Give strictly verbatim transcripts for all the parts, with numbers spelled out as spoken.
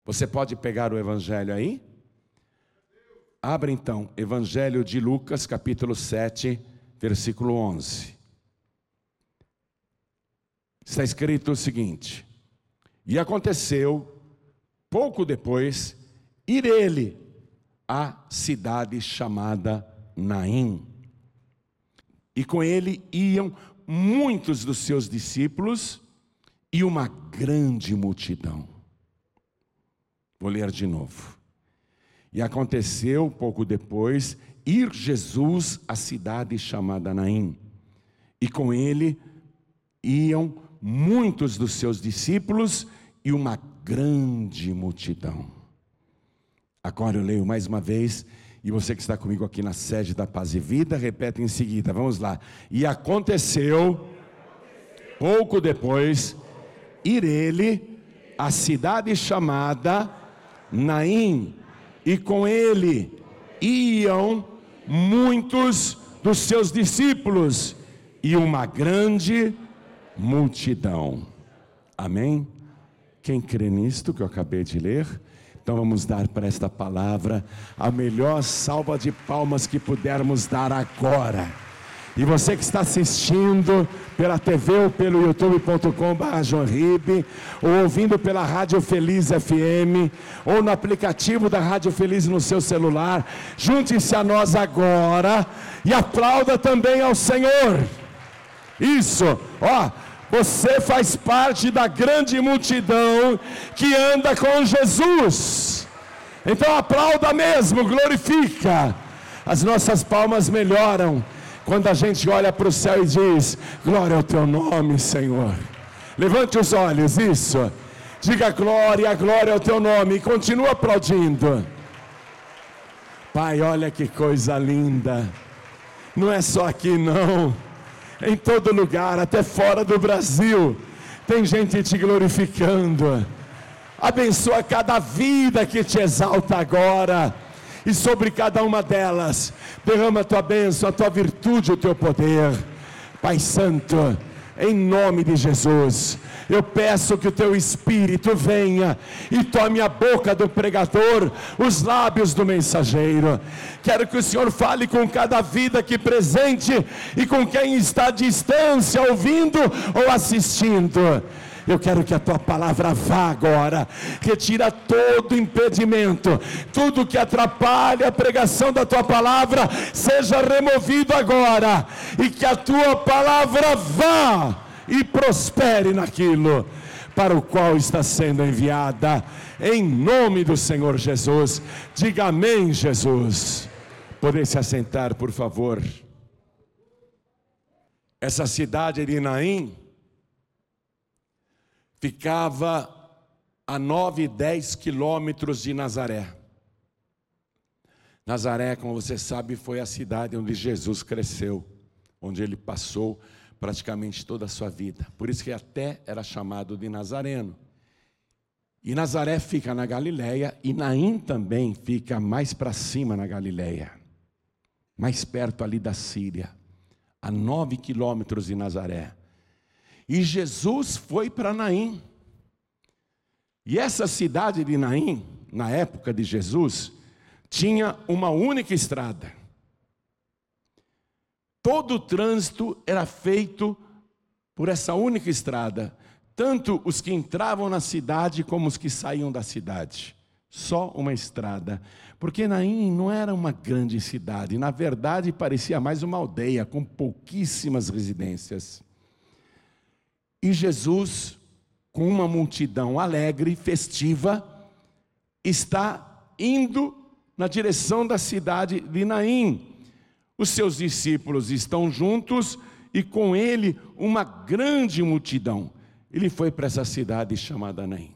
Você pode pegar o evangelho aí? Abra então, Evangelho de Lucas, capítulo sete, versículo onze. Está escrito o seguinte: e aconteceu, pouco depois, ir ele à cidade chamada Naim. E com ele iam muitos dos seus discípulos e uma grande multidão. Vou ler de novo. E aconteceu, pouco depois, ir Jesus à cidade chamada Naim. E com ele iam muitos dos seus discípulos e uma grande multidão. Agora eu leio mais uma vez, e você que está comigo aqui na sede da Paz e Vida, repete em seguida, vamos lá. E aconteceu, pouco depois, ir ele à cidade chamada Naim, e com ele iam muitos dos seus discípulos e uma grande multidão. Amém? Quem crê nisto que eu acabei de ler? Então vamos dar para esta palavra a melhor salva de palmas que pudermos dar agora. E você que está assistindo pela T V ou pelo youtube ponto com barra Jonribe, ou ouvindo pela Rádio Feliz F M, ou no aplicativo da Rádio Feliz no seu celular, junte-se a nós agora e aplauda também ao Senhor. Isso, ó, você faz parte da grande multidão que anda com Jesus. Então aplauda mesmo, glorifica. As nossas palmas melhoram quando a gente olha para o céu e diz: glória ao teu nome, Senhor. Levante os olhos, isso. Diga glória, glória ao teu nome. E continua aplaudindo. Pai, olha que coisa linda. Não é só aqui não. Em todo lugar, até fora do Brasil, tem gente te glorificando. Abençoa cada vida que te exalta agora. E sobre cada uma delas, derrama a tua bênção, a tua virtude, o teu poder. Pai Santo, em nome de Jesus, eu peço que o teu Espírito venha e tome a boca do pregador, os lábios do mensageiro. Quero que o Senhor fale com cada vida aqui presente e com quem está à distância, ouvindo ou assistindo. Eu quero que a tua palavra vá agora, retira todo impedimento, tudo que atrapalha a pregação da tua palavra, seja removido agora, e que a tua palavra vá e prospere naquilo para o qual está sendo enviada, em nome do Senhor Jesus. Diga amém, Jesus. Podem se assentar, por favor. Essa cidade de Naim ficava a nove, dez quilômetros de Nazaré. Nazaré, como você sabe, foi a cidade onde Jesus cresceu, onde ele passou praticamente toda a sua vida. Por isso que até era chamado de Nazareno. E Nazaré fica na Galileia, e Naim também fica mais para cima na Galileia, mais perto ali da Síria, a nove quilômetros de Nazaré. E Jesus foi para Naim. E essa cidade de Naim, na época de Jesus, tinha uma única estrada. Todo o trânsito era feito por essa única estrada, tanto os que entravam na cidade como os que saíam da cidade. Só uma estrada, porque Naim não era uma grande cidade, na verdade parecia mais uma aldeia com pouquíssimas residências. E Jesus, com uma multidão alegre, festiva, está indo na direção da cidade de Naim. Os seus discípulos estão juntos e com ele uma grande multidão. Ele foi para essa cidade chamada Naim.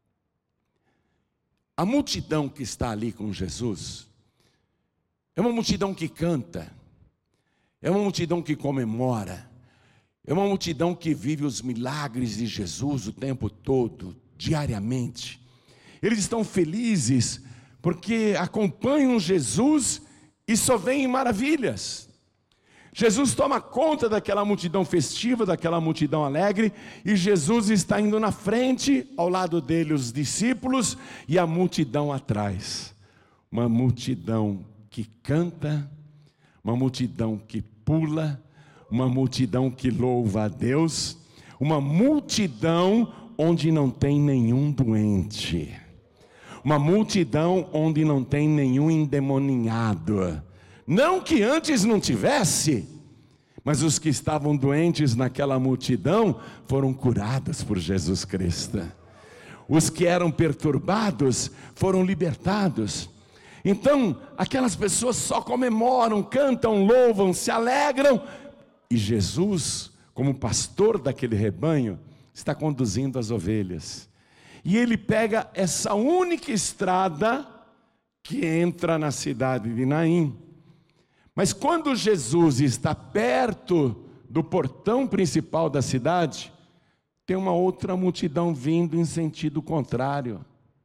A multidão que está ali com Jesus é uma multidão que canta, é uma multidão que comemora, é uma multidão que vive os milagres de Jesus o tempo todo, diariamente. Eles estão felizes porque acompanham Jesus e só veem maravilhas. Jesus toma conta daquela multidão festiva, daquela multidão alegre, e Jesus está indo na frente, ao lado dele os discípulos e a multidão atrás. Uma multidão que canta, uma multidão que pula, uma multidão que louva a Deus, uma multidão onde não tem nenhum doente, uma multidão onde não tem nenhum endemoniado. Não que antes não tivesse, mas os que estavam doentes naquela multidão foram curados por Jesus Cristo. Os que eram perturbados foram libertados. Então, aquelas pessoas só comemoram, cantam, louvam, se alegram. E Jesus, como pastor daquele rebanho, está conduzindo as ovelhas. E ele pega essa única estrada que entra na cidade de Naim. Mas quando Jesus está perto do portão principal da cidade, tem uma outra multidão vindo em sentido contrário.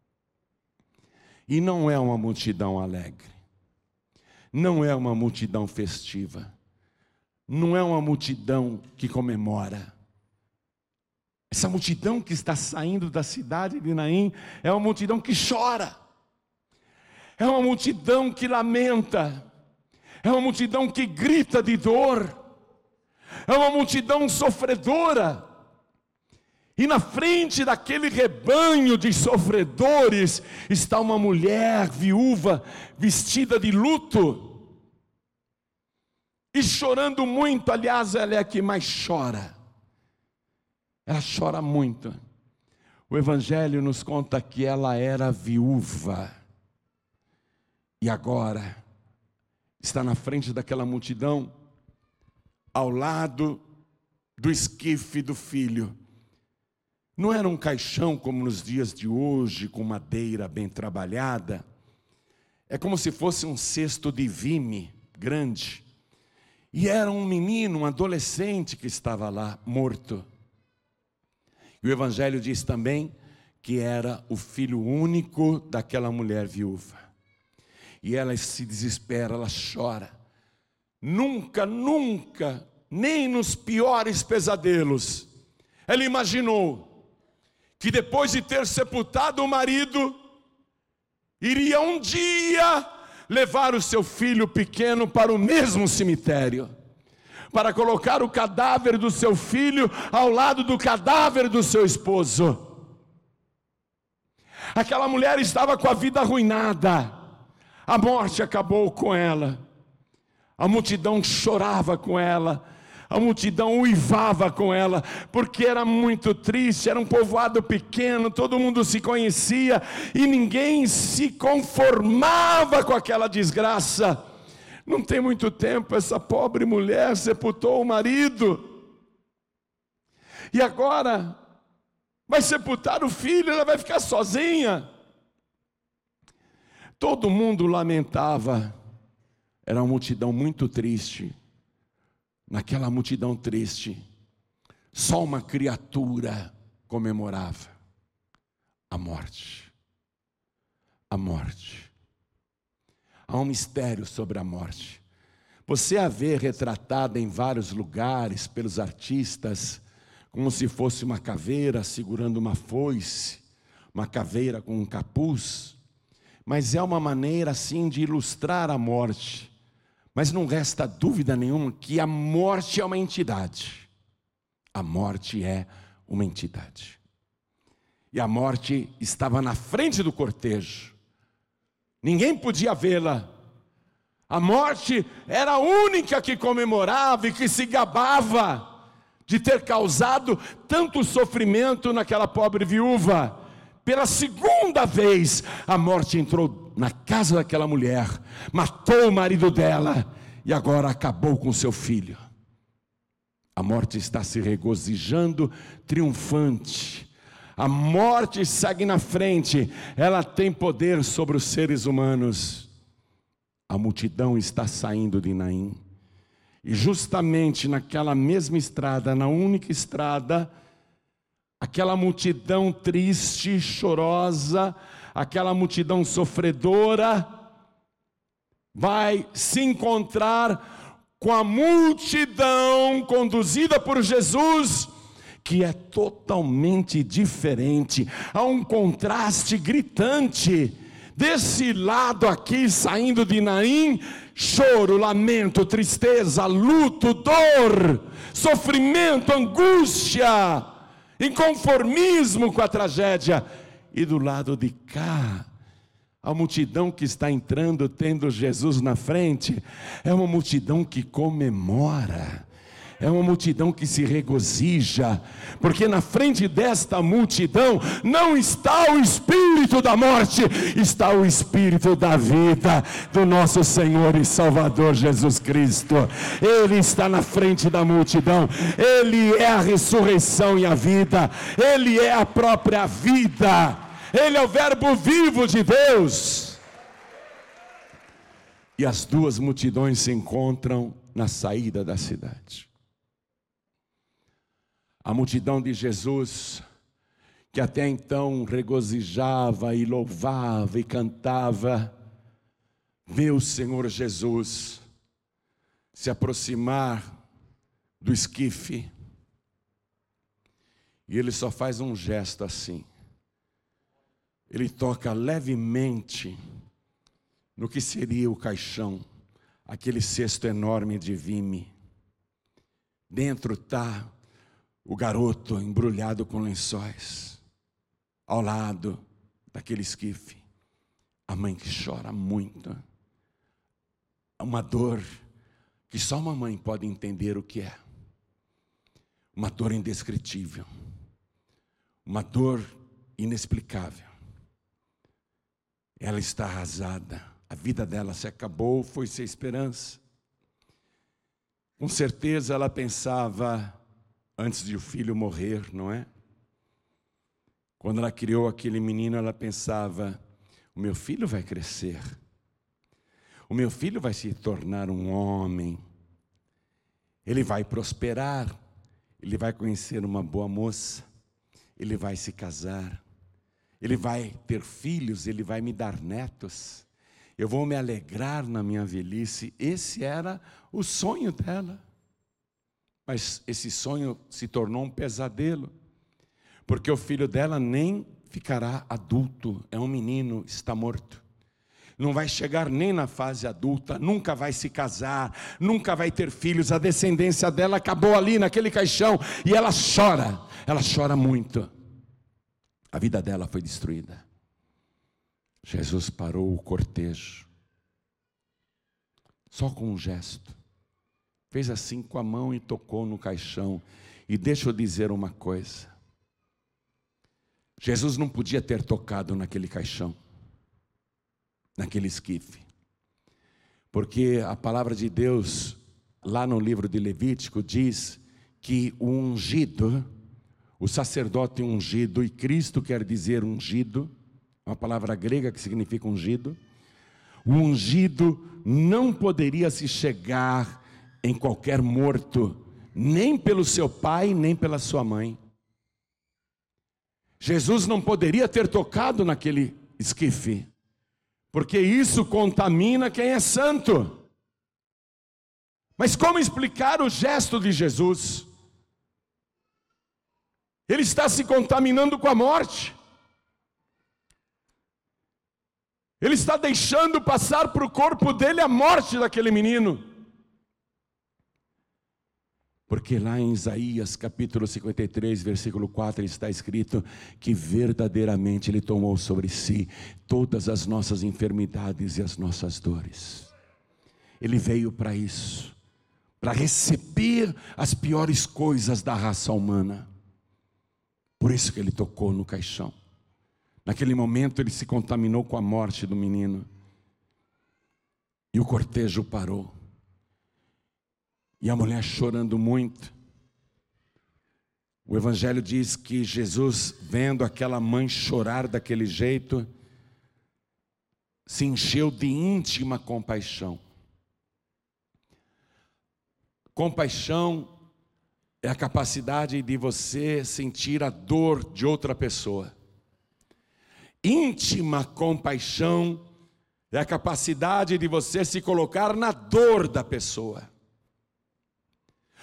E não é uma multidão alegre, não é uma multidão festiva, não é uma multidão que comemora. Essa multidão que está saindo da cidade de Naim é uma multidão que chora, é uma multidão que lamenta, é uma multidão que grita de dor, é uma multidão sofredora. E na frente daquele rebanho de sofredores está uma mulher viúva vestida de luto e chorando muito. Aliás, ela é a que mais chora, ela chora muito. O Evangelho nos conta que ela era viúva e agora está na frente daquela multidão, ao lado do esquife do filho. Não era um caixão como nos dias de hoje, com madeira bem trabalhada. É como se fosse um cesto de vime grande. E era um menino, um adolescente que estava lá, morto. E o Evangelho diz também que era o filho único daquela mulher viúva. E ela se desespera, ela chora. Nunca, nunca, nem nos piores pesadelos, ela imaginou que depois de ter sepultado o marido, iria um dia levar o seu filho pequeno para o mesmo cemitério, para colocar o cadáver do seu filho ao lado do cadáver do seu esposo. Aquela mulher estava com a vida arruinada. A morte acabou com ela, a multidão chorava com ela, a multidão uivava com ela, porque era muito triste, era um povoado pequeno, todo mundo se conhecia, e ninguém se conformava com aquela desgraça. Não tem muito tempo, essa pobre mulher sepultou o marido, e agora vai sepultar o filho, ela vai ficar sozinha. Todo mundo lamentava, era uma multidão muito triste. Naquela multidão triste, só uma criatura comemorava: a morte. A morte. Há um mistério sobre a morte. Você a vê retratada em vários lugares pelos artistas, como se fosse uma caveira segurando uma foice, uma caveira com um capuz. Mas é uma maneira assim de ilustrar a morte. Mas não resta dúvida nenhuma que a morte é uma entidade. A morte é uma entidade. E a morte estava na frente do cortejo. Ninguém podia vê-la. A morte era a única que comemorava e que se gabava de ter causado tanto sofrimento naquela pobre viúva. Pela segunda vez, a morte entrou na casa daquela mulher, matou o marido dela e agora acabou com seu filho. A morte está se regozijando, triunfante. A morte segue na frente, ela tem poder sobre os seres humanos. A multidão está saindo de Naim. E justamente naquela mesma estrada, na única estrada, aquela multidão triste, chorosa, aquela multidão sofredora, vai se encontrar com a multidão conduzida por Jesus, que é totalmente diferente. Há um contraste gritante. Desse lado aqui, saindo de Naim, choro, lamento, tristeza, luto, dor, sofrimento, angústia, inconformismo com a tragédia. E do lado de cá, a multidão que está entrando, tendo Jesus na frente, é uma multidão que comemora, é uma multidão que se regozija, porque na frente desta multidão não está o espírito da morte, está o espírito da vida do nosso Senhor e Salvador Jesus Cristo. Ele está na frente da multidão, Ele é a ressurreição e a vida, Ele é a própria vida. Ele é o verbo vivo de Deus. E as duas multidões se encontram na saída da cidade. A multidão de Jesus, que até então regozijava e louvava e cantava, vê o Senhor Jesus se aproximar do esquife. E ele só faz um gesto assim. Ele toca levemente no que seria o caixão, aquele cesto enorme de vime. Dentro está o garoto embrulhado com lençóis, ao lado daquele esquife, a mãe que chora muito, uma dor que só uma mãe pode entender o que é, uma dor indescritível, uma dor inexplicável. Ela está arrasada, a vida dela se acabou, foi sem esperança. Com certeza ela pensava, antes de o filho morrer, não é? Quando ela criou aquele menino, ela pensava, o meu filho vai crescer, o meu filho vai se tornar um homem, ele vai prosperar, ele vai conhecer uma boa moça, ele vai se casar, ele vai ter filhos, ele vai me dar netos, eu vou me alegrar na minha velhice. Esse era o sonho dela. Mas esse sonho se tornou um pesadelo, porque o filho dela nem ficará adulto, é um menino, está morto. Não vai chegar nem na fase adulta, nunca vai se casar, nunca vai ter filhos, a descendência dela acabou ali naquele caixão, e ela chora, ela chora muito. A vida dela foi destruída. Jesus parou o cortejo, só com um gesto. Fez assim com a mão e tocou no caixão. E deixa eu dizer uma coisa. Jesus não podia ter tocado naquele caixão, naquele esquife. Porque a palavra de Deus, lá no livro de Levítico, diz que o ungido, o sacerdote ungido, e Cristo quer dizer ungido, uma palavra grega que significa ungido. O ungido não poderia se chegar em qualquer morto, nem pelo seu pai, nem pela sua mãe. Jesus não poderia ter tocado naquele esquife, porque isso contamina quem é santo. Mas como explicar o gesto de Jesus? Ele está se contaminando com a morte. Ele está deixando passar para o corpo dele a morte daquele menino. Porque lá em Isaías capítulo cinquenta e três, versículo quatro, está escrito que verdadeiramente Ele tomou sobre si todas as nossas enfermidades e as nossas dores. Ele veio para isso, para receber as piores coisas da raça humana. Por isso que Ele tocou no caixão. Naquele momento Ele se contaminou com a morte do menino. E o cortejo parou. E a mulher chorando muito. O Evangelho diz que Jesus, vendo aquela mãe chorar daquele jeito, se encheu de íntima compaixão. Compaixão é a capacidade de você sentir a dor de outra pessoa. Íntima compaixão é a capacidade de você se colocar na dor da pessoa.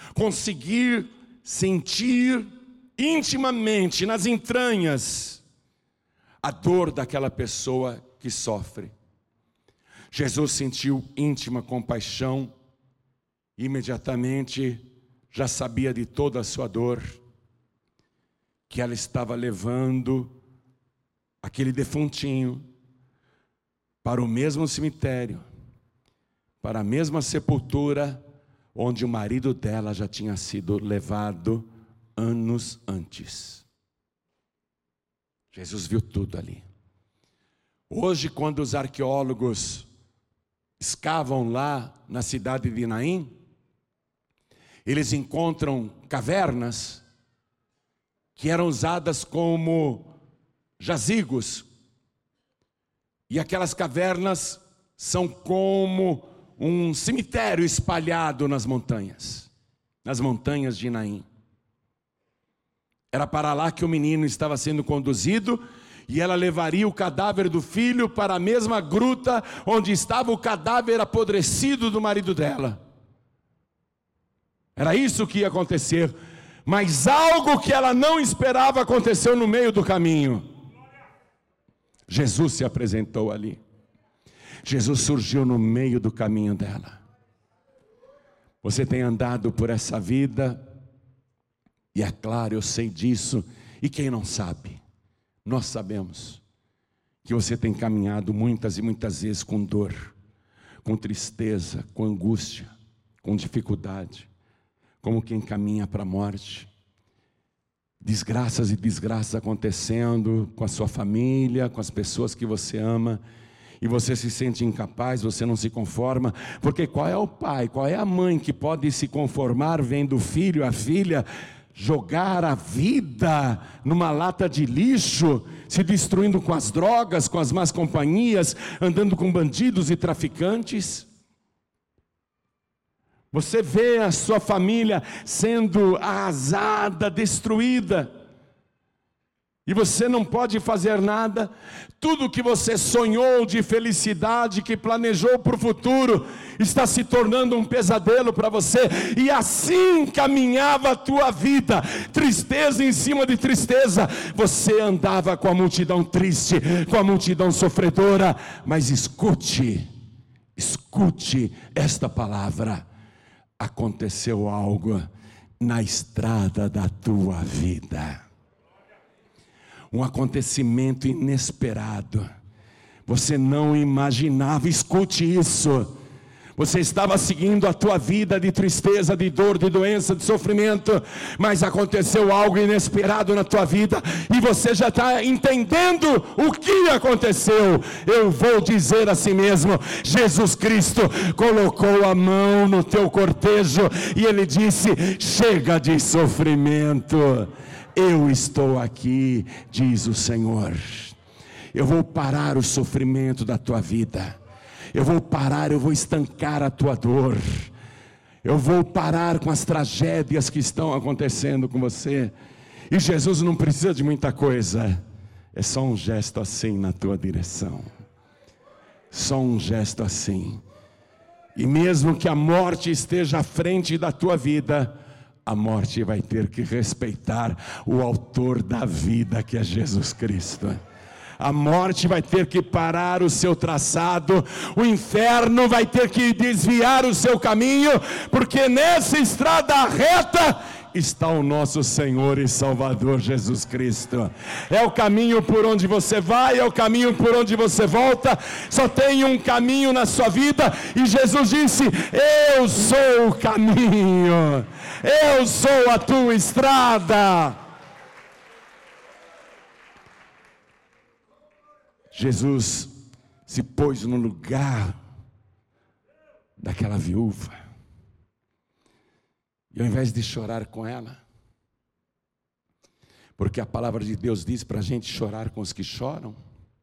conseguir sentir intimamente, nas entranhas, a dor daquela pessoa que sofre. Jesus sentiu íntima compaixão, e imediatamente já sabia de toda a sua dor, que ela estava levando aquele defuntinho para o mesmo cemitério, para a mesma sepultura onde o marido dela já tinha sido levado anos antes. Jesus viu tudo ali. Hoje, quando os arqueólogos escavam lá na cidade de Naim, eles encontram cavernas que eram usadas como jazigos. E aquelas cavernas são como um cemitério espalhado nas montanhas, nas montanhas de Naim. Era para lá que o menino estava sendo conduzido, e ela levaria o cadáver do filho para a mesma gruta onde estava o cadáver apodrecido do marido dela. Era isso que ia acontecer, mas algo que ela não esperava aconteceu no meio do caminho. Jesus se apresentou ali. Jesus surgiu no meio do caminho dela. Você tem andado por essa vida, e é claro, eu sei disso, e quem não sabe, nós sabemos, que você tem caminhado muitas e muitas vezes com dor, com tristeza, com angústia, com dificuldade, como quem caminha para a morte. Desgraças e desgraças acontecendo com a sua família, com as pessoas que você ama, e você se sente incapaz, você não se conforma, porque qual é o pai, qual é a mãe que pode se conformar vendo o filho, a filha, jogar a vida numa lata de lixo, se destruindo com as drogas, com as más companhias, andando com bandidos e traficantes? Você vê a sua família sendo arrasada, destruída, e você não pode fazer nada. Tudo que você sonhou de felicidade, que planejou para o futuro, está se tornando um pesadelo para você. E assim caminhava a tua vida, tristeza em cima de tristeza. Você andava com a multidão triste, com a multidão sofredora. Mas escute, escute esta palavra: aconteceu algo na estrada da tua vida. Um acontecimento inesperado. Você não imaginava. Escute isso. Você estava seguindo a tua vida de tristeza, de dor, de doença, de sofrimento, mas aconteceu algo inesperado na tua vida, e você já está entendendo o que aconteceu. Eu vou dizer a si mesmo: Jesus Cristo colocou a mão no teu cortejo, e Ele disse: chega de sofrimento, eu estou aqui, diz o Senhor. Eu vou parar o sofrimento da tua vida. Eu vou parar, eu vou estancar a tua dor. Eu vou parar com as tragédias que estão acontecendo com você. E Jesus não precisa de muita coisa. É só um gesto assim na tua direção. Só um gesto assim. E mesmo que a morte esteja à frente da tua vida, a morte vai ter que respeitar o autor da vida, que é Jesus Cristo. A morte vai ter que parar o seu traçado, o inferno vai ter que desviar o seu caminho, porque nessa estrada reta está o nosso Senhor e Salvador Jesus Cristo. É o caminho por onde você vai, é o caminho por onde você volta. Só tem um caminho na sua vida, e Jesus disse: eu sou o caminho, eu sou a tua estrada. Jesus se pôs no lugar daquela viúva, e ao invés de chorar com ela, porque a palavra de Deus diz para a gente chorar com os que choram,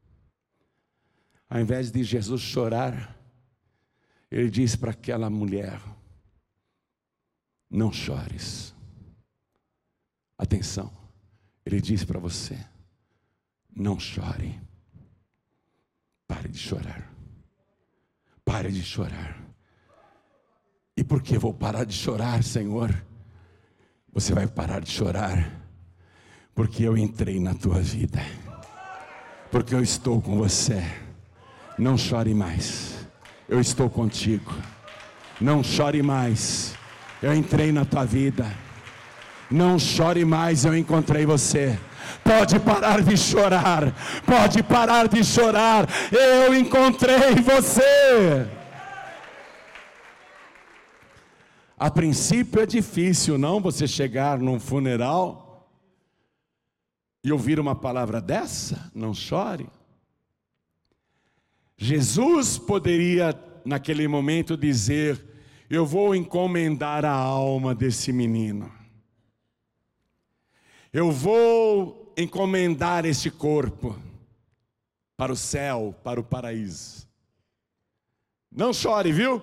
ao invés de Jesus chorar, Ele diz para aquela mulher: não chores. Atenção, Ele diz para você: não chore. Pare de chorar. Pare de chorar. E por que vou parar de chorar, Senhor? você vai parar de chorar, porque eu entrei na tua vida, porque eu estou com você. Não chore mais, eu estou contigo. Não chore mais, eu entrei na tua vida. Não chore mais, eu encontrei você. Pode parar de chorar, pode parar de chorar, eu encontrei você. A princípio é difícil, não, você chegar num funeral e ouvir uma palavra dessa? Não chore. Jesus poderia naquele momento dizer: eu vou encomendar a alma desse menino, eu vou encomendar este corpo para o céu, para o paraíso. Não chore, viu?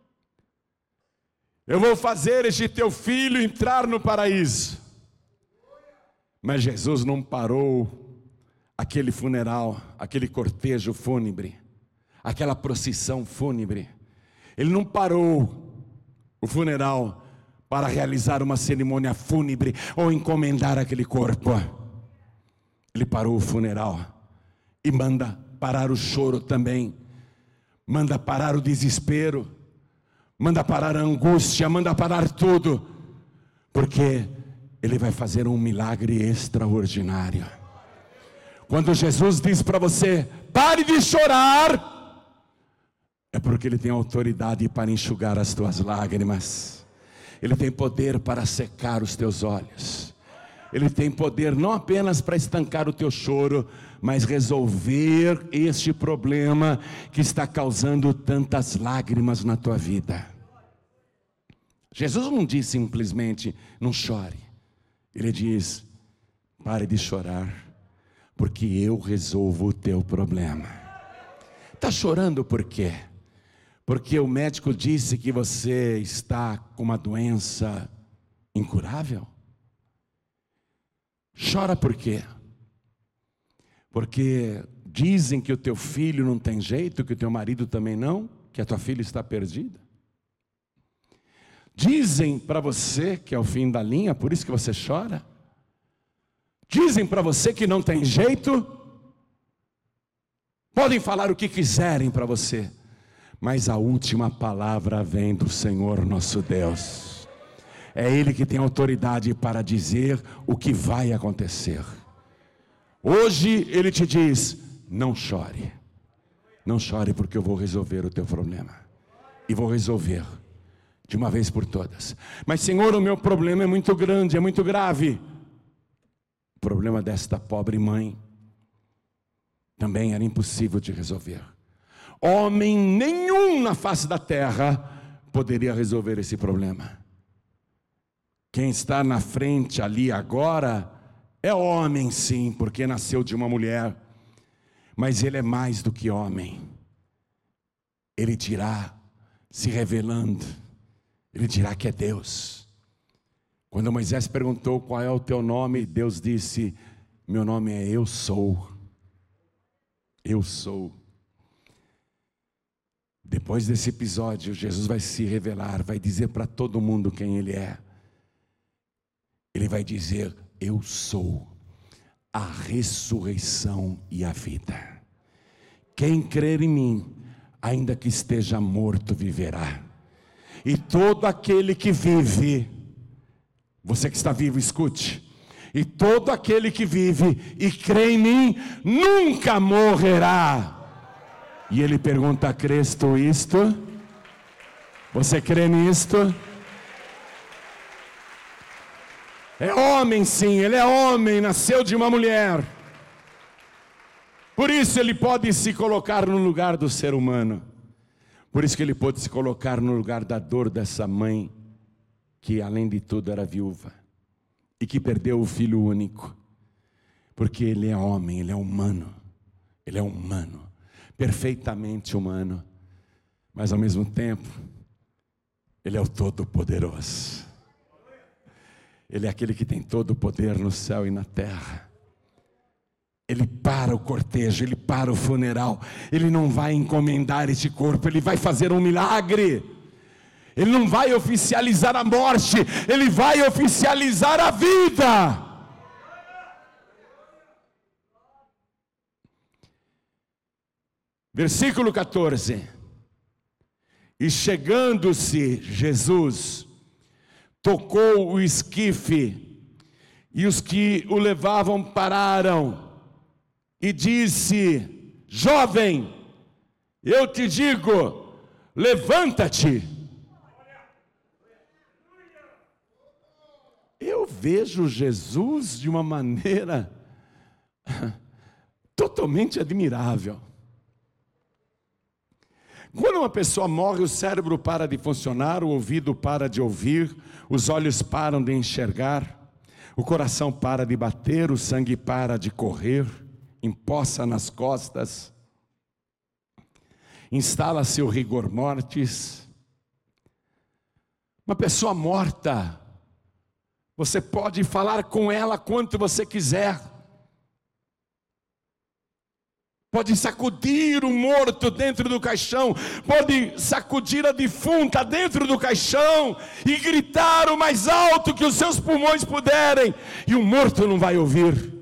Eu vou fazer este teu filho entrar no paraíso. Mas Jesus não parou aquele funeral, aquele cortejo fúnebre, aquela procissão fúnebre. Ele não parou o funeral para realizar uma cerimônia fúnebre ou encomendar aquele corpo. Ele parou o funeral e manda parar o choro também, manda parar o desespero, manda parar a angústia, manda parar tudo, porque Ele vai fazer um milagre extraordinário. Quando Jesus diz para você: pare de chorar, é porque Ele tem autoridade para enxugar as tuas lágrimas. Ele tem poder para secar os teus olhos. Ele tem poder não apenas para estancar o teu choro, mas resolver este problema que está causando tantas lágrimas na tua vida. Jesus não diz simplesmente: não chore. Ele diz: pare de chorar, porque eu resolvo o teu problema. Está chorando por quê? Porque o médico disse que você está com uma doença incurável? Chora por quê? Porque dizem que o teu filho não tem jeito, que o teu marido também não, que a tua filha está perdida. Dizem para você que é o fim da linha, por isso que você chora. Dizem para você que não tem jeito. Podem falar o que quiserem para você, mas a última palavra vem do Senhor nosso Deus. É Ele que tem autoridade para dizer o que vai acontecer. Hoje Ele te diz: não chore. Não chore, porque eu vou resolver o teu problema. E vou resolver de uma vez por todas. Mas Senhor, o meu problema é muito grande, é muito grave. O problema desta pobre mãe também era impossível de resolver. Homem nenhum na face da terra poderia resolver esse problema. Quem está na frente ali agora é homem, sim, porque nasceu de uma mulher, mas ele é mais do que homem. Ele dirá, se revelando, ele dirá que é Deus. Quando Moisés perguntou: qual é o teu nome? Deus disse: meu nome é Eu Sou. Eu sou. Depois desse episódio, Jesus vai se revelar, vai dizer para todo mundo quem Ele é. Ele vai dizer: eu sou a ressurreição e a vida. Quem crer em mim, ainda que esteja morto, viverá. E todo aquele que vive, você que está vivo, escute. E todo aquele que vive e crê em mim, nunca morrerá. E ele pergunta: crês tu isto? Você crê nisto? É homem, sim, ele é homem, nasceu de uma mulher. Por isso ele pode se colocar no lugar do ser humano. Por isso que ele pôde se colocar no lugar da dor dessa mãe, que além de tudo era viúva, e que perdeu o filho único. Porque ele é homem, ele é humano. Ele é humano, perfeitamente humano. Mas ao mesmo tempo, ele é o Todo-Poderoso. Ele é aquele que tem todo o poder no céu e na terra. Ele para o cortejo, ele para o funeral. Ele não vai encomendar este corpo, ele vai fazer um milagre. Ele não vai oficializar a morte, Ele vai oficializar a vida. Versículo quatorze. E chegando-se Jesus, tocou o esquife, e os que o levavam pararam, e disse: jovem, eu te digo, levanta-te. Eu vejo Jesus de uma maneira totalmente admirável. Quando uma pessoa morre, o cérebro para de funcionar, o ouvido para de ouvir, os olhos param de enxergar, o coração para de bater, o sangue para de correr, empoça nas costas, instala-se o rigor mortis. Uma pessoa morta, você pode falar com ela quanto você quiser, pode sacudir o morto dentro do caixão, pode sacudir a defunta dentro do caixão e gritar o mais alto que os seus pulmões puderem, e o morto não vai ouvir.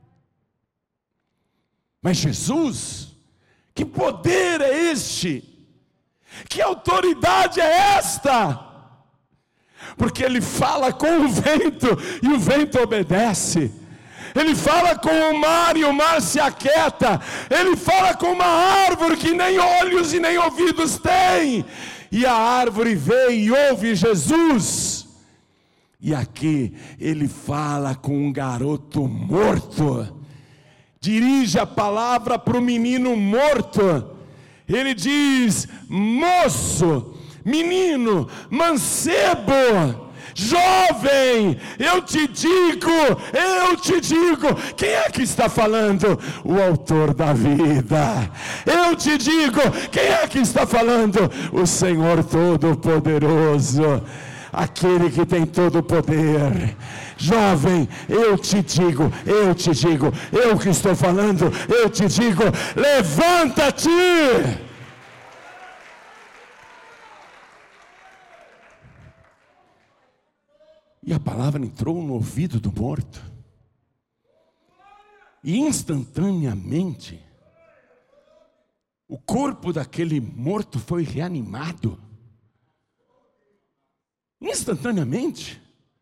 Mas Jesus, que poder é este? Que autoridade é esta? Porque Ele fala com o vento e o vento obedece. Ele fala com o mar e o mar se aquieta. Ele fala com uma árvore que nem olhos e nem ouvidos tem, e a árvore vê e ouve Jesus. E aqui Ele fala com um garoto morto, dirige a palavra para o menino morto. Ele diz: moço, menino, mancebo, jovem, eu te digo, eu te digo. Quem é que está falando? O autor da vida. Eu te digo, quem é que está falando? O Senhor Todo-Poderoso, aquele que tem todo o poder. Jovem, eu te digo, eu te digo, eu que estou falando, eu te digo, levanta-te. E a palavra entrou no ouvido do morto, e instantaneamente o corpo daquele morto foi reanimado. Instantaneamente,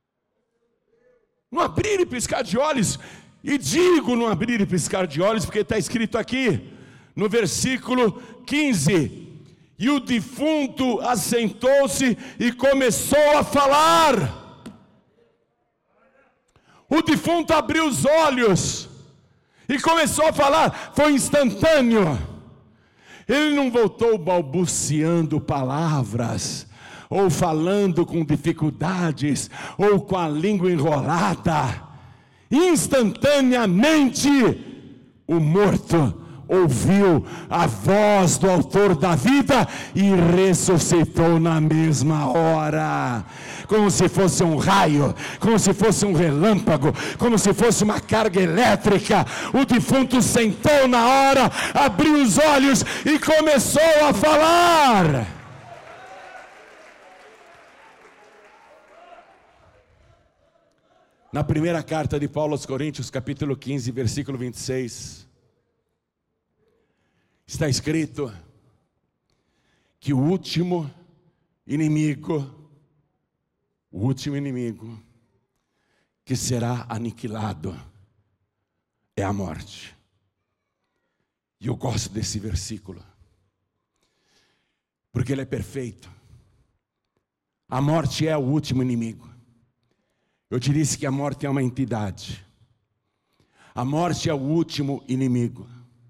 no abrir e piscar de olhos. E digo no abrir e piscar de olhos, porque está escrito aqui no versículo quinze: e o defunto assentou-se e começou a falar. O defunto abriu os olhos e começou a falar. Foi instantâneo. Ele não voltou balbuciando palavras, ou falando com dificuldades, ou com a língua enrolada. Instantaneamente o morto ouviu a voz do autor da vida e ressuscitou na mesma hora, como se fosse um raio, como se fosse um relâmpago, como se fosse uma carga elétrica. O defunto sentou na hora, abriu os olhos e começou a falar. Na primeira carta de Paulo aos Coríntios, capítulo quinze, versículo vinte e seis, está escrito que o último inimigo, o último inimigo que será aniquilado é a morte. E eu gosto desse versículo, porque ele é perfeito. A morte é o último inimigo. Eu te disse que a morte é uma entidade. A morte é o último inimigo.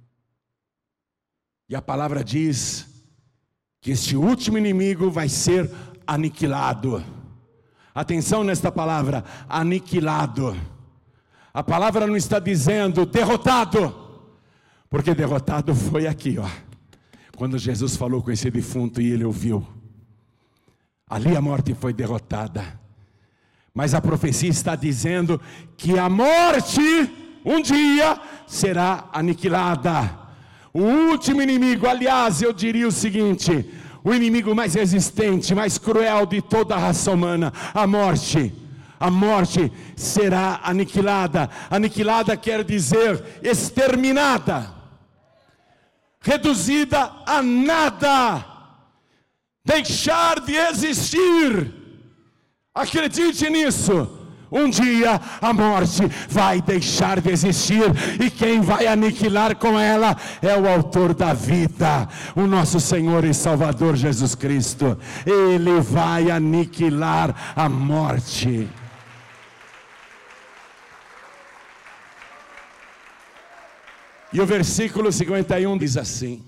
E a palavra diz que este último inimigo vai ser aniquilado. Atenção nesta palavra, aniquilado. A palavra não está dizendo derrotado, porque derrotado foi aqui, ó, quando Jesus falou com esse defunto e ele ouviu. Ali a morte foi derrotada. Mas a profecia está dizendo que a morte um dia será aniquilada. O último inimigo, aliás, eu diria o seguinte: o inimigo mais resistente, mais cruel de toda a raça humana, a morte. A morte será aniquilada. Aniquilada quer dizer exterminada, reduzida a nada, deixar de existir. Acredite nisso. Um dia a morte vai deixar de existir, e quem vai aniquilar com ela é o autor da vida, o nosso Senhor e Salvador Jesus Cristo. Ele vai aniquilar a morte. E o versículo cinquenta e um diz assim: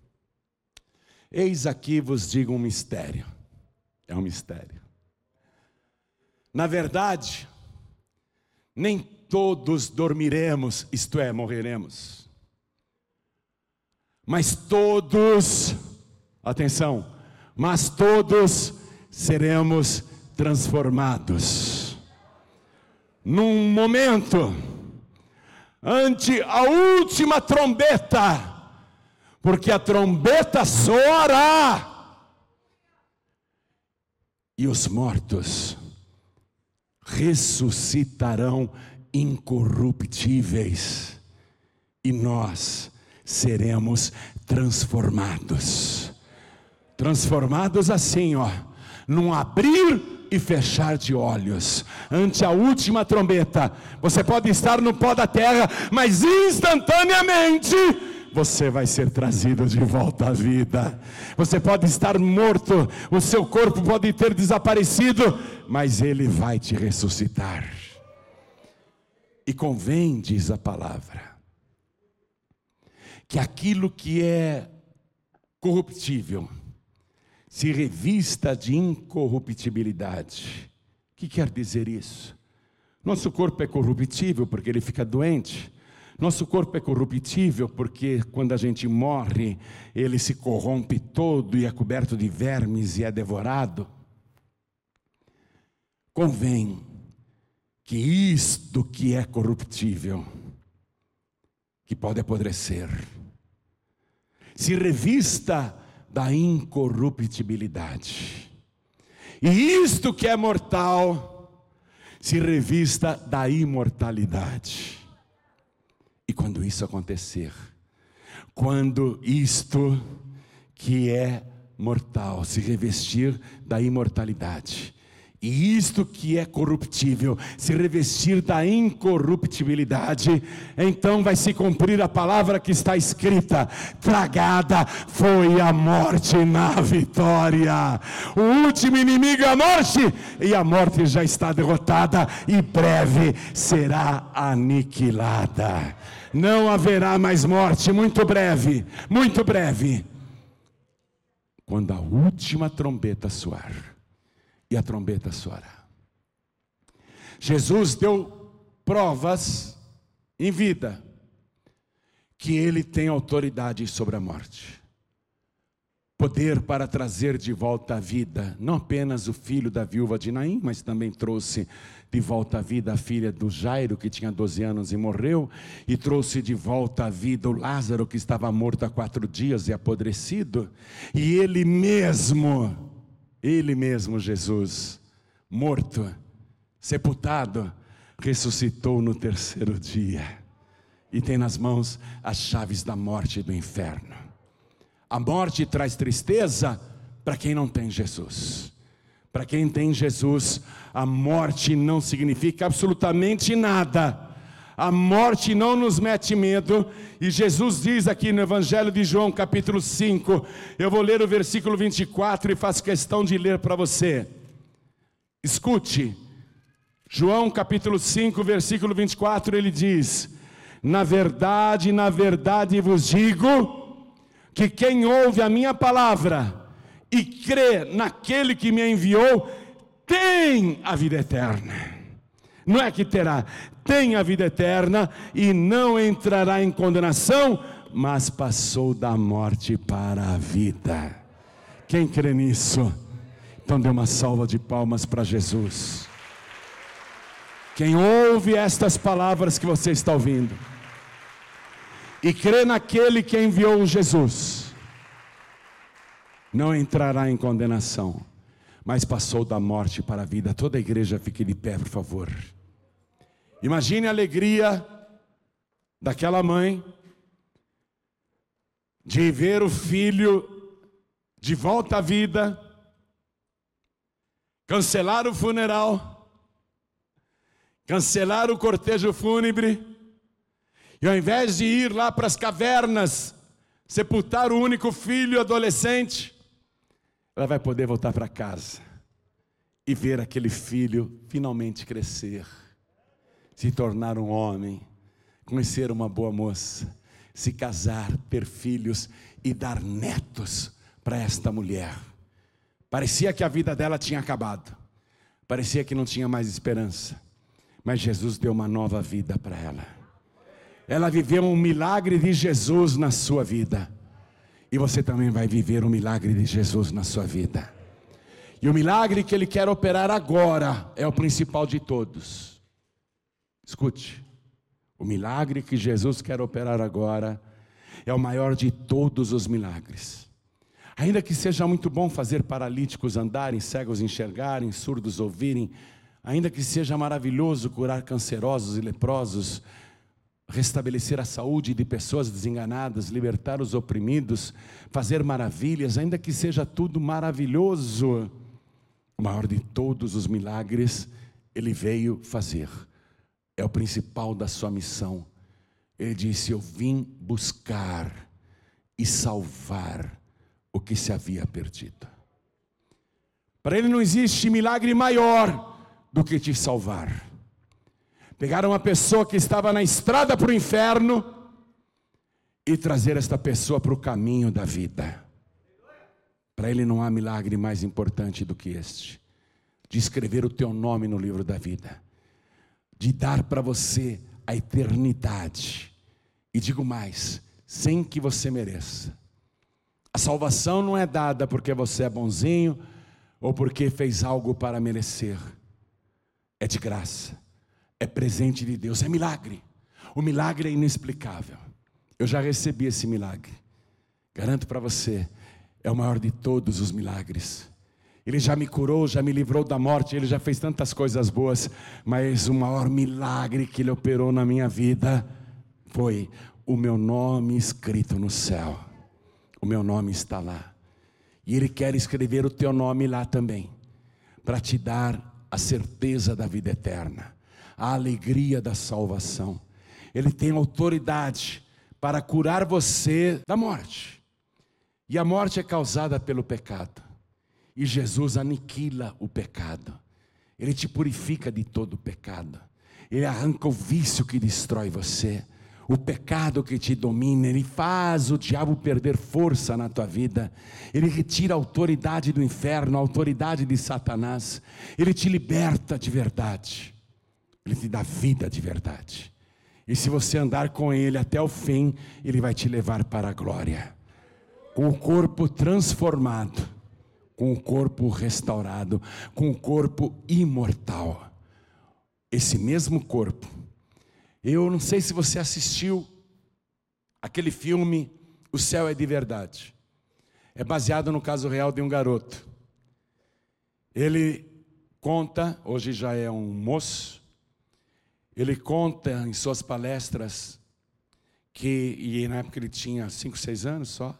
eis aqui vos digo um mistério. É um mistério. Na verdade, nem todos dormiremos, isto é, morreremos. Mas todos, atenção, mas todos seremos transformados. Num momento, ante a última trombeta, porque a trombeta soará, e os mortos ressuscitarão incorruptíveis, e nós seremos transformados. Transformados assim, ó, num abrir e fechar de olhos, ante a última trombeta. Você pode estar no pó da terra, mas instantaneamente você vai ser trazido de volta à vida. Você pode estar morto, o seu corpo pode ter desaparecido, mas ele vai te ressuscitar. E convém, diz a palavra, que aquilo que é corruptível se revista de incorruptibilidade. O que quer dizer isso? Nosso corpo é corruptível porque ele fica doente. Nosso corpo é corruptível porque quando a gente morre, ele se corrompe todo e é coberto de vermes e é devorado. Convém que isto que é corruptível, que pode apodrecer, se revista da incorruptibilidade. E isto que é mortal, se revista da imortalidade. E quando isso acontecer, quando isto que é mortal se revestir da imortalidade, e isto que é corruptível se revestir da incorruptibilidade, então vai se cumprir a palavra que está escrita: tragada foi a morte na vitória. O último inimigo é a morte, e a morte já está derrotada, e breve será aniquilada. Não haverá mais morte, muito breve, muito breve. Quando a última trombeta soar, e a trombeta soará. Jesus deu provas em vida que ele tem autoridade sobre a morte, poder para trazer de volta à vida, não apenas o filho da viúva de Naim, mas também trouxe de volta à vida a filha do Jairo, que tinha doze anos e morreu, e trouxe de volta à vida o Lázaro, que estava morto há quatro dias e apodrecido, e ele mesmo, Ele mesmo, Jesus, morto, sepultado, ressuscitou no terceiro dia, e tem nas mãos as chaves da morte e do inferno. A morte traz tristeza para quem não tem Jesus. Para quem tem Jesus, a morte não significa absolutamente nada. A morte não nos mete medo, e Jesus diz aqui no Evangelho de João, capítulo cinco, eu vou ler o versículo vinte e quatro e faço questão de ler para você. Escute, João capítulo cinco, versículo vinte e quatro, ele diz: na verdade, na verdade vos digo, que quem ouve a minha palavra e crê naquele que me enviou, tem a vida eterna. Não é que terá, tem a vida eterna, e não entrará em condenação, mas passou da morte para a vida. Quem crê nisso? Então dê uma salva de palmas para Jesus. Quem ouve estas palavras que você está ouvindo e crê naquele que enviou Jesus, não entrará em condenação, mas passou da morte para a vida. Toda a igreja fique de pé, por favor. Imagine a alegria daquela mãe de ver o filho de volta à vida, cancelar o funeral, cancelar o cortejo fúnebre, e ao invés de ir lá para as cavernas, sepultar o único filho adolescente, ela vai poder voltar para casa e ver aquele filho finalmente crescer, se tornar um homem, conhecer uma boa moça, se casar, ter filhos e dar netos para esta mulher. Parecia que a vida dela tinha acabado, parecia que não tinha mais esperança, mas Jesus deu uma nova vida para ela. Ela viveu um milagre de Jesus na sua vida, e você também vai viver um milagre de Jesus na sua vida. E o milagre que Ele quer operar agora é o principal de todos. Escute, o milagre que Jesus quer operar agora é o maior de todos os milagres. Ainda que seja muito bom fazer paralíticos andarem, cegos enxergarem, surdos ouvirem, ainda que seja maravilhoso curar cancerosos e leprosos, restabelecer a saúde de pessoas desenganadas, libertar os oprimidos, fazer maravilhas, ainda que seja tudo maravilhoso, o maior de todos os milagres Ele veio fazer. É o principal da sua missão. Ele disse: eu vim buscar e salvar o que se havia perdido. Para Ele não existe milagre maior do que te salvar. Pegar uma pessoa que estava na estrada para o inferno e trazer esta pessoa para o caminho da vida. Para Ele não há milagre mais importante do que este, de escrever o teu nome no livro da vida, de dar para você a eternidade, e digo mais, sem que você mereça. A salvação não é dada porque você é bonzinho, ou porque fez algo para merecer, é de graça, é presente de Deus, é milagre. O milagre é inexplicável. Eu já recebi esse milagre, garanto para você, é o maior de todos os milagres. Ele já me curou, já me livrou da morte, Ele já fez tantas coisas boas, mas o maior milagre que Ele operou na minha vida foi o meu nome escrito no céu. O meu nome está lá, e Ele quer escrever o teu nome lá também, para te dar a certeza da vida eterna, a alegria da salvação. Ele tem autoridade para curar você da morte, e a morte é causada pelo pecado. E Jesus aniquila o pecado. Ele te purifica de todo o pecado. Ele arranca o vício que destrói você, o pecado que te domina. Ele faz o diabo perder força na tua vida. Ele retira a autoridade do inferno, a autoridade de Satanás. Ele te liberta de verdade. Ele te dá vida de verdade. E se você andar com Ele até o fim, Ele vai te levar para a glória, com o corpo transformado, com o corpo restaurado, com o corpo imortal. Esse mesmo corpo. Eu não sei se você assistiu aquele filme O Céu é de Verdade. É baseado no caso real de um garoto. Ele conta, hoje já é um moço, ele conta em suas palestras que, e na época ele tinha cinco, seis anos só,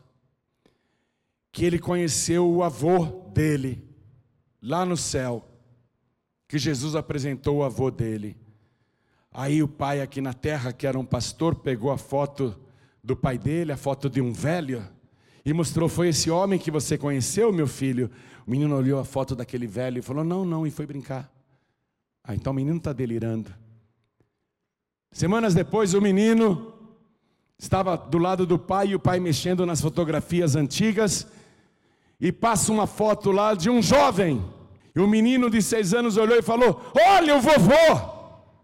que ele conheceu o avô dele, lá no céu, que Jesus apresentou o avô dele. Aí o pai aqui na terra, que era um pastor, pegou a foto do pai dele, a foto de um velho, e mostrou: foi esse homem que você conheceu, meu filho? O menino olhou a foto daquele velho e falou: não, não, e foi brincar. Ah, então o menino está delirando. Semanas depois o menino estava do lado do pai, e o pai mexendo nas fotografias antigas, e passa uma foto lá de um jovem, e o menino de seis anos olhou e falou: olha o vovô,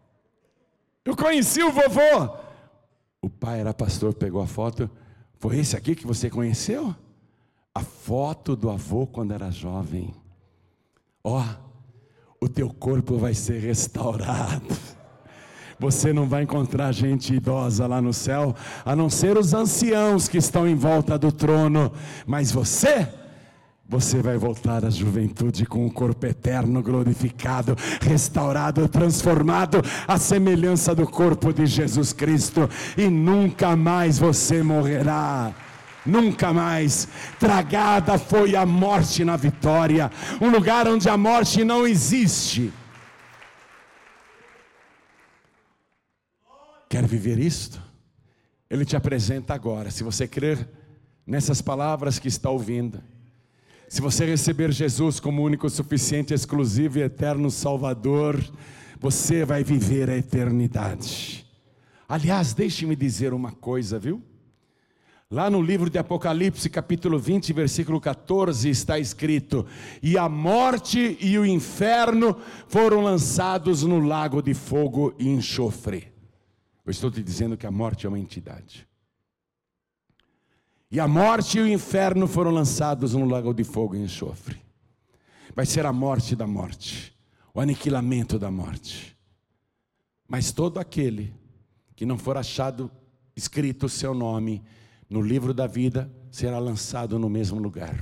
eu conheci o vovô. O pai era pastor, pegou a foto: foi esse aqui que você conheceu? A foto do avô quando era jovem. Ó, oh, o teu corpo vai ser restaurado. Você não vai encontrar gente idosa lá no céu, a não ser os anciãos que estão em volta do trono, mas você você vai voltar à juventude com o corpo eterno, glorificado, restaurado, transformado à semelhança do corpo de Jesus Cristo, e nunca mais você morrerá. Nunca mais. Tragada foi a morte na vitória, um lugar onde a morte não existe. Quer viver isto? Ele te apresenta agora. Se você crer nessas palavras que está ouvindo, se você receber Jesus como único, suficiente, exclusivo e eterno Salvador, você vai viver a eternidade. Aliás, deixe-me dizer uma coisa, viu? Lá no livro de Apocalipse, capítulo vinte, versículo quatorze, está escrito: e a morte e o inferno foram lançados no lago de fogo e enxofre. Eu estou te dizendo que a morte é uma entidade. E a morte e o inferno foram lançados no lago de fogo e enxofre. Vai ser a morte da morte, o aniquilamento da morte. Mas todo aquele que não for achado escrito o seu nome no livro da vida será lançado no mesmo lugar.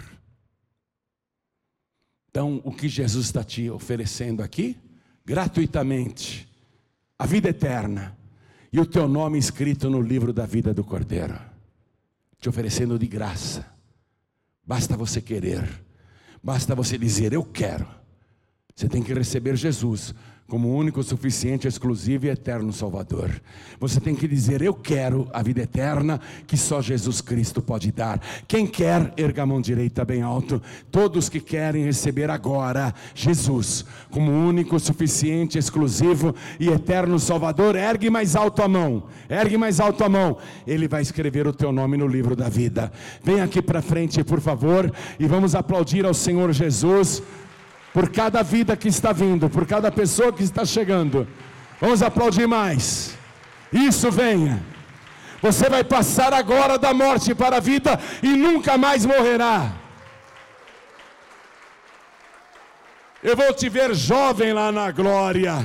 Então, o que Jesus está te oferecendo aqui? Gratuitamente, a vida eterna e o teu nome escrito no livro da vida do Cordeiro. Te oferecendo de graça. Basta você querer, basta você dizer: eu quero. Você tem que receber Jesus como o único, suficiente, exclusivo e eterno Salvador. Você tem que dizer: eu quero a vida eterna que só Jesus Cristo pode dar. Quem quer, erga a mão direita bem alto. Todos que querem receber agora Jesus como o único, suficiente, exclusivo e eterno Salvador, ergue mais alto a mão, ergue mais alto a mão. Ele vai escrever o teu nome no livro da vida. Vem aqui para frente, por favor, e vamos aplaudir ao Senhor Jesus por cada vida que está vindo, por cada pessoa que está chegando. Vamos aplaudir mais. Isso, venha. Você vai passar agora da morte para a vida e nunca mais morrerá. Eu vou te ver jovem lá na glória.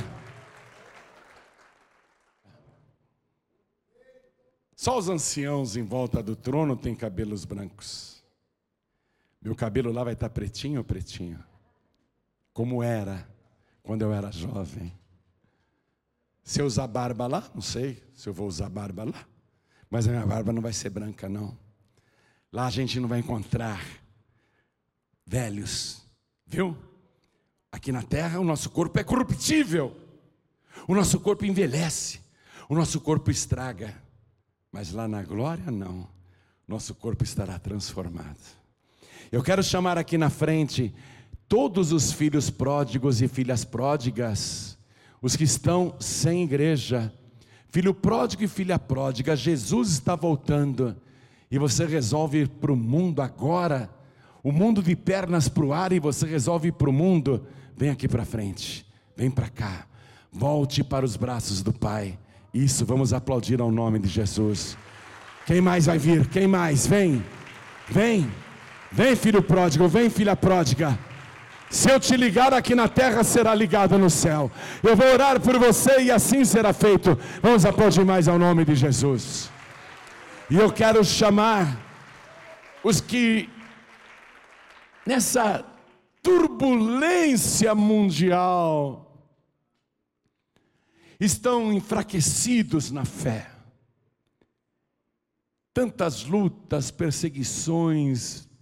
Só os anciãos em volta do trono têm cabelos brancos. Meu cabelo lá vai estar pretinho, pretinho. Como era quando eu era jovem. Se eu usar barba lá, não sei se eu vou usar barba lá, mas a minha barba não vai ser branca, não. Lá a gente não vai encontrar velhos, viu? Aqui na terra o nosso corpo é corruptível, o nosso corpo envelhece, o nosso corpo estraga, mas lá na glória não, nosso corpo estará transformado. Eu quero chamar aqui na frente todos os filhos pródigos e filhas pródigas, os que estão sem igreja, filho pródigo e filha pródiga. Jesus está voltando, e você resolve ir para o mundo agora, o mundo de pernas para o ar, e você resolve ir para o mundo. Vem aqui para frente, vem para cá, volte para os braços do Pai. Isso, vamos aplaudir ao nome de Jesus. Quem mais vai vir? Quem mais? Vem, vem, vem filho pródigo, vem filha pródiga. Se eu te ligar aqui na terra, será ligado no céu. Eu vou orar por você e assim será feito. Vamos aplaudir mais ao nome de Jesus. E eu quero chamar os que nessa turbulência mundial estão enfraquecidos na fé. Tantas lutas, perseguições,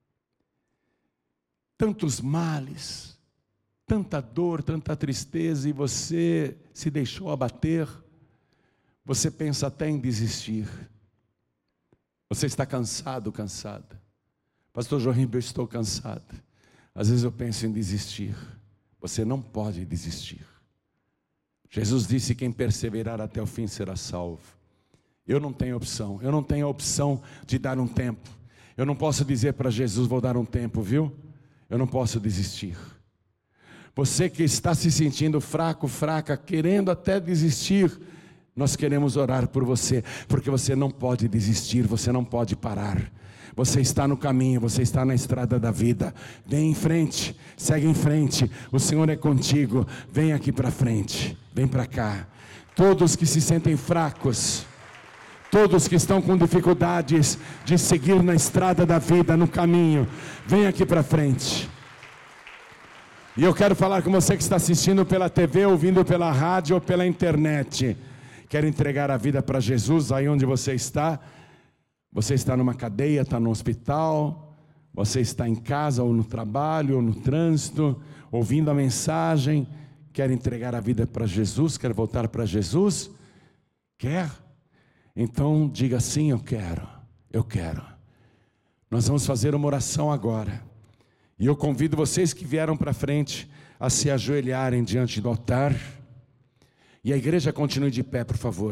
tantos males, tanta dor, tanta tristeza, e você se deixou abater. Você pensa até em desistir. Você está cansado, cansada. Pastor Jorim, eu estou cansado. Às vezes eu penso em desistir. Você não pode desistir. Jesus disse: quem perseverar até o fim será salvo. Eu não tenho opção. Eu não tenho a opção de dar um tempo. Eu não posso dizer para Jesus: vou dar um tempo, viu? Eu não posso desistir. Você que está se sentindo fraco, fraca, querendo até desistir, nós queremos orar por você, porque você não pode desistir, você não pode parar. Você está no caminho, você está na estrada da vida. Vem em frente, segue em frente. O Senhor é contigo. Vem aqui para frente, vem para cá. Todos que se sentem fracos, Todos que estão com dificuldades de seguir na estrada da vida, no caminho, vem aqui para frente. E eu quero falar com você que está assistindo pela T V, ouvindo pela rádio ou pela internet. Quer entregar a vida para Jesus aí onde você está? Você está numa cadeia, está no hospital, você está em casa ou no trabalho ou no trânsito, ouvindo a mensagem. Quer entregar a vida para Jesus? Quer voltar para Jesus? Quer? Então diga assim: eu quero, eu quero. Nós vamos fazer uma oração agora. E eu convido vocês que vieram para frente a se ajoelharem diante do altar. E a igreja continue de pé, por favor.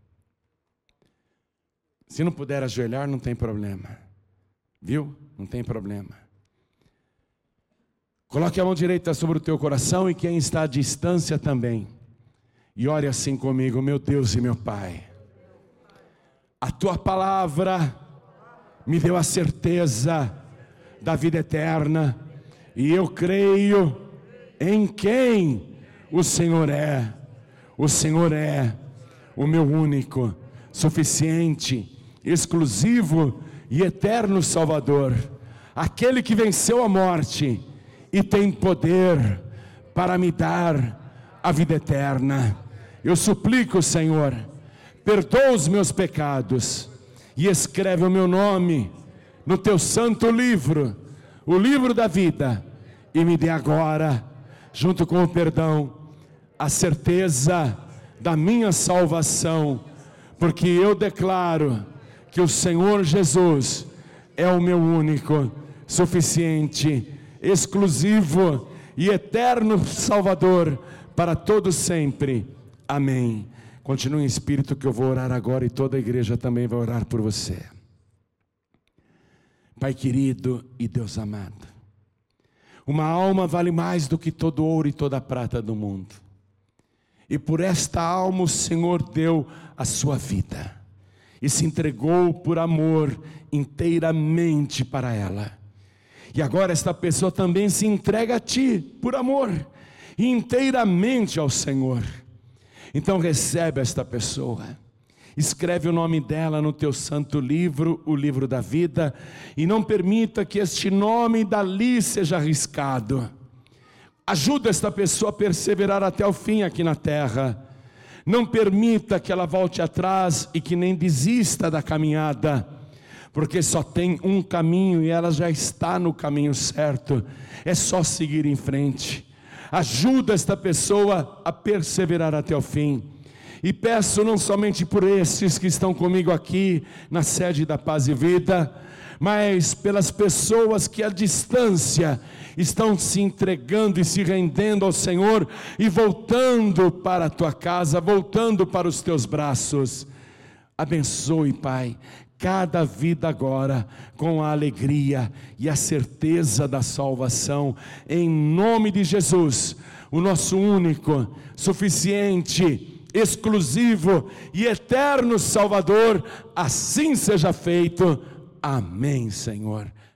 Se não puder ajoelhar, não tem problema. Viu? Não tem problema. Coloque a mão direita sobre o teu coração e quem está à distância também. E ore assim comigo: meu Deus e meu Pai, a tua palavra me deu a certeza da vida eterna, e eu creio em quem o Senhor é. O Senhor é o meu único, suficiente, exclusivo e eterno Salvador, aquele que venceu a morte e tem poder para me dar a vida eterna. Eu suplico, Senhor, perdoa os meus pecados e escreve o meu nome no teu santo livro, o livro da vida, e me dê agora, junto com o perdão, a certeza da minha salvação, porque eu declaro que o Senhor Jesus é o meu único, suficiente, exclusivo e eterno Salvador para todo sempre. Amém. Continue em espírito que eu vou orar agora e toda a igreja também vai orar por você. Pai querido e Deus amado, uma alma vale mais do que todo ouro e toda a prata do mundo. E por esta alma o Senhor deu a sua vida e se entregou por amor inteiramente para ela. E agora esta pessoa também se entrega a ti por amor e inteiramente ao Senhor. Então recebe esta pessoa, escreve o nome dela no teu santo livro, o livro da vida, e não permita que este nome dali seja arriscado. Ajuda esta pessoa a perseverar até o fim aqui na terra. Não permita que ela volte atrás e que nem desista da caminhada, porque só tem um caminho e ela já está no caminho certo. É só seguir em frente. Ajuda esta pessoa a perseverar até o fim. E peço não somente por estes que estão comigo aqui na sede da Paz e Vida, mas pelas pessoas que à distância estão se entregando e se rendendo ao Senhor e voltando para a tua casa, voltando para os teus braços. Abençoe, Pai, cada vida agora com a alegria e a certeza da salvação, em nome de Jesus, o nosso único, suficiente, exclusivo e eterno Salvador. Assim seja feito. Amém, Senhor.